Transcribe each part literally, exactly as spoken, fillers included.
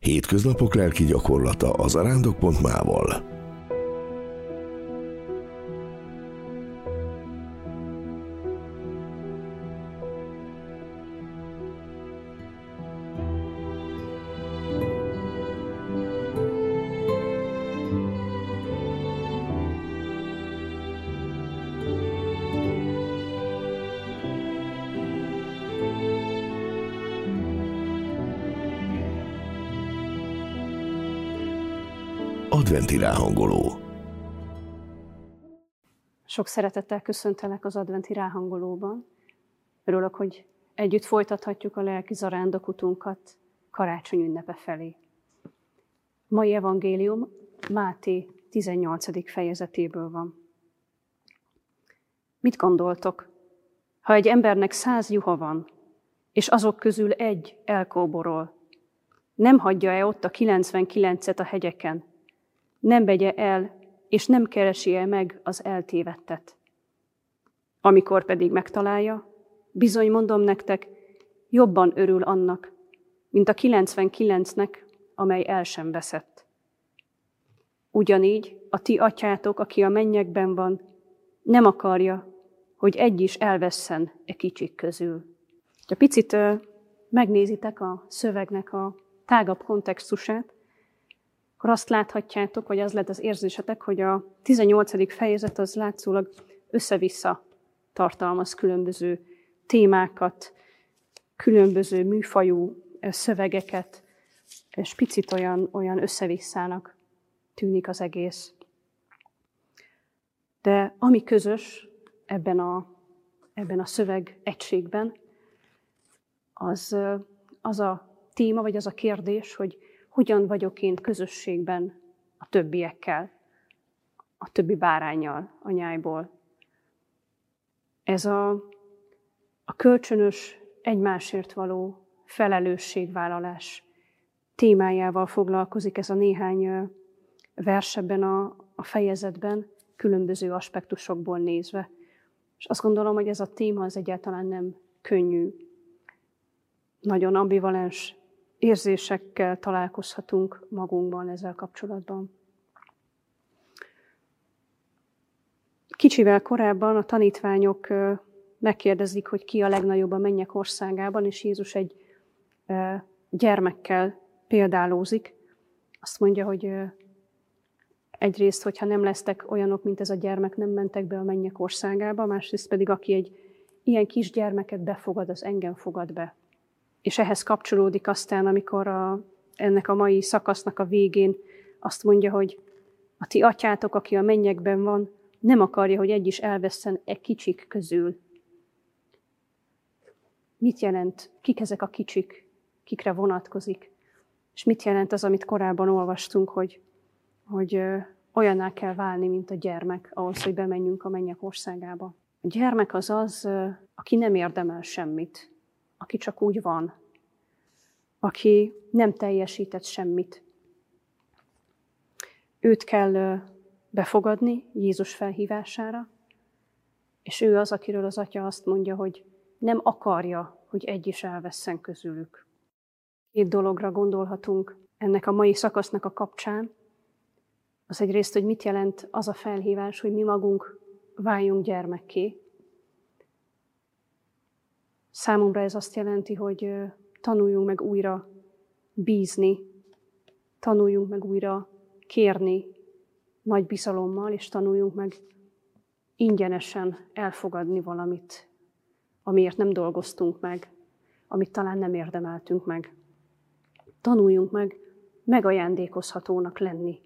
Hétköznapok lelki gyakorlata az arándok pont mával. Adventi ráhangoló. Sok szeretettel köszöntelek az adventi ráhangolóban. Örülök, hogy együtt folytathatjuk a lelki zarándokutunkat karácsony ünnepe felé. Mai evangélium Máté tizennyolcadik fejezetéből van. Mit gondoltok? Ha egy embernek száz juha van, és azok közül egy elkóborol, nem hagyja-e ott a kilencvenkilencet a hegyeken? Nem vegye el, és nem keresi-e meg az eltévedtet. Amikor pedig megtalálja, bizony mondom nektek, jobban örül annak, mint a kilencvenkilencnek, amely el sem veszett. Ugyanígy a ti atyátok, aki a mennyekben van, nem akarja, hogy egy is elvesszen e kicsik közül. Ha picit uh, megnézitek a szövegnek a tágabb kontextusát, akkor azt láthatjátok, vagy az lett az érzésetek, hogy a tizennyolcadik fejezet az látszólag össze-vissza tartalmaz különböző témákat, különböző műfajú szövegeket, és picit olyan, olyan össze-visszának tűnik az egész. De ami közös ebben a, ebben a szöveg egységben, az, az a téma, vagy az a kérdés, hogy hogyan vagyok én közösségben a többiekkel, a többi báránnyal a nyájból. Ez a, a kölcsönös, egymásért való felelősségvállalás témájával foglalkozik ez a néhány vers ebben a, a fejezetben, különböző aspektusokból nézve. És azt gondolom, hogy ez a téma az egyáltalán nem könnyű, nagyon ambivalens érzésekkel találkozhatunk magunkban ezzel kapcsolatban. Kicsivel korábban a tanítványok megkérdezik, hogy ki a legnagyobb a mennyek országában, és Jézus egy gyermekkel példálózik. Azt mondja, hogy egyrészt, hogyha nem lesztek olyanok, mint ez a gyermek, nem mentek be a mennyek országába, másrészt pedig, aki egy ilyen kis gyermeket befogad, az engem fogad be. És ehhez kapcsolódik aztán, amikor a, ennek a mai szakasznak a végén azt mondja, hogy a ti atyátok, aki a mennyekben van, nem akarja, hogy egy is elvesszen e kicsik közül. Mit jelent, kik ezek a kicsik, kikre vonatkozik? És mit jelent az, amit korábban olvastunk, hogy, hogy ö, olyanná kell válni, mint a gyermek, ahhoz, hogy bemenjünk a mennyek országába. A gyermek az az, ö, aki nem érdemel semmit, aki csak úgy van, aki nem teljesített semmit. Őt kell befogadni Jézus felhívására, és ő az, akiről az atya azt mondja, hogy nem akarja, hogy egy is elvesszen közülük. Két dologra gondolhatunk ennek a mai szakasznak a kapcsán. Az egyrészt, hogy mit jelent az a felhívás, hogy mi magunk váljunk gyermekké. Számomra ez azt jelenti, hogy tanuljunk meg újra bízni, tanuljunk meg újra kérni nagy bizalommal, és tanuljunk meg ingyenesen elfogadni valamit, amiért nem dolgoztunk meg, amit talán nem érdemeltünk meg. Tanuljunk meg megajándékozhatónak lenni.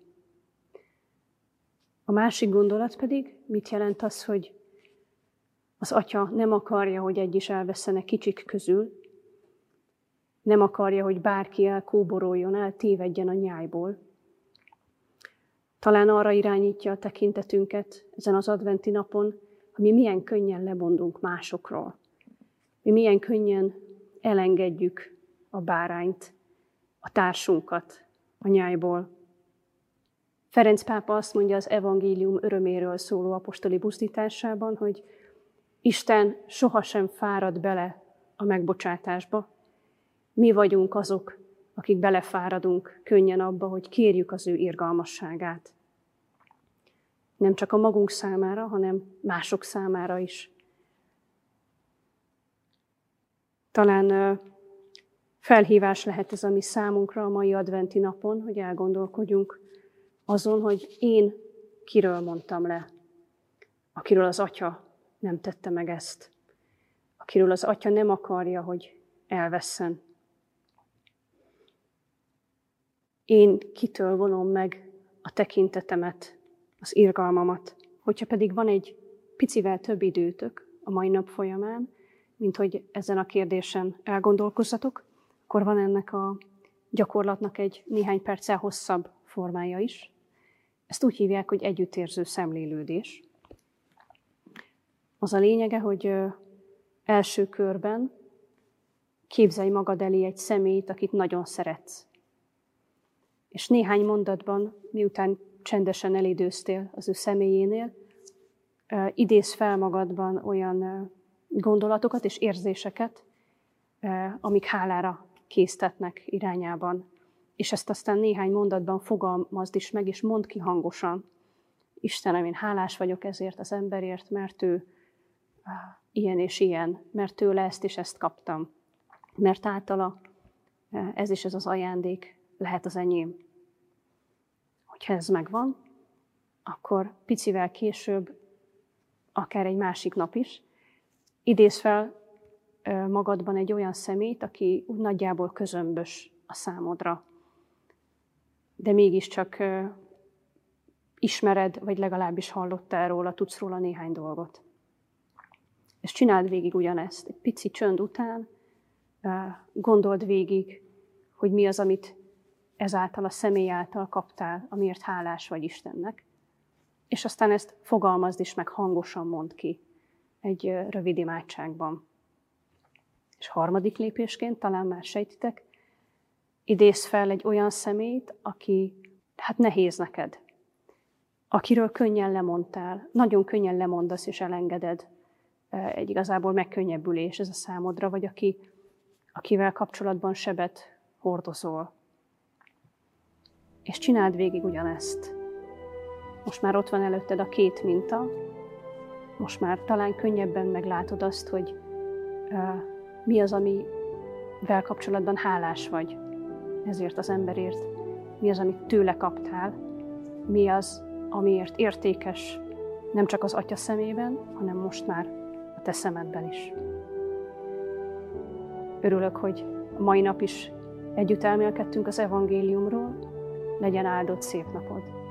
A másik gondolat pedig, mit jelent az, hogy az atya nem akarja, hogy egy is elvesszenek kicsik közül, nem akarja, hogy bárki elkóboroljon, eltévedjen a nyájból. Talán arra irányítja a tekintetünket ezen az adventi napon, hogy mi milyen könnyen lemondunk másokról. Mi milyen könnyen elengedjük a bárányt, a társunkat a nyájból. Ferenc pápa azt mondja az evangélium öröméről szóló apostoli buzdításában, hogy Isten sohasem fárad bele a megbocsátásba. Mi vagyunk azok, akik belefáradunk könnyen abba, hogy kérjük az ő irgalmasságát. Nem csak a magunk számára, hanem mások számára is. Talán felhívás lehet ez a mi számunkra a mai adventi napon, hogy elgondolkodjunk azon, hogy én kiről mondtam le, akiről az Atya nem tette meg ezt, akiről az Atya nem akarja, hogy elvesszen. Én kitől vonom meg a tekintetemet, az irgalmamat. Hogyha pedig van egy picivel több időtök a mai nap folyamán, mint hogy ezen a kérdésen elgondolkozzatok, akkor van ennek a gyakorlatnak egy néhány perccel hosszabb formája is. Ezt úgy hívják, hogy együttérző szemlélődés. Az a lényege, hogy első körben képzelj magad elé egy személyt, akit nagyon szeretsz. És néhány mondatban, miután csendesen elidőztél az ő személyénél, idézz fel magadban olyan gondolatokat és érzéseket, amik hálára késztetnek irányában. És ezt aztán néhány mondatban fogalmazd is meg, és mondd ki hangosan. Istenem, én hálás vagyok ezért az emberért, mert ő ilyen és ilyen, mert tőle ezt és ezt kaptam, mert általa ez és ez az ajándék lehet az enyém. Hogyha ez megvan, akkor picivel később, akár egy másik nap is, idézz fel magadban egy olyan személyt, aki úgy nagyjából közömbös a számodra, de mégiscsak ismered, vagy legalábbis hallottál róla, tudsz róla néhány dolgot. És csináld végig ugyanezt. Egy pici csönd után gondold végig, hogy mi az, amit ezáltal a személy által kaptál, amiért hálás vagy Istennek. És aztán ezt fogalmazd is meg, hangosan mondd ki egy rövid imádságban. És harmadik lépésként, talán már sejtitek, idézz fel egy olyan személyt, aki hát nehéz neked, akiről könnyen lemondtál, nagyon könnyen lemondasz és elengeded. Egy igazából megkönnyebbülés ez a számodra, vagy aki, akivel kapcsolatban sebet hordozol. És csináld végig ugyanezt. Most már ott van előtted a két minta, most már talán könnyebben meglátod azt, hogy uh, mi az, amivel kapcsolatban hálás vagy ezért az emberért, mi az, amit tőle kaptál, mi az, amiért értékes nem csak az Atya szemében, hanem most már a te szemedben is. Örülök, hogy a mai nap is együtt elmélkedtünk az evangéliumról, legyen áldott szép napod!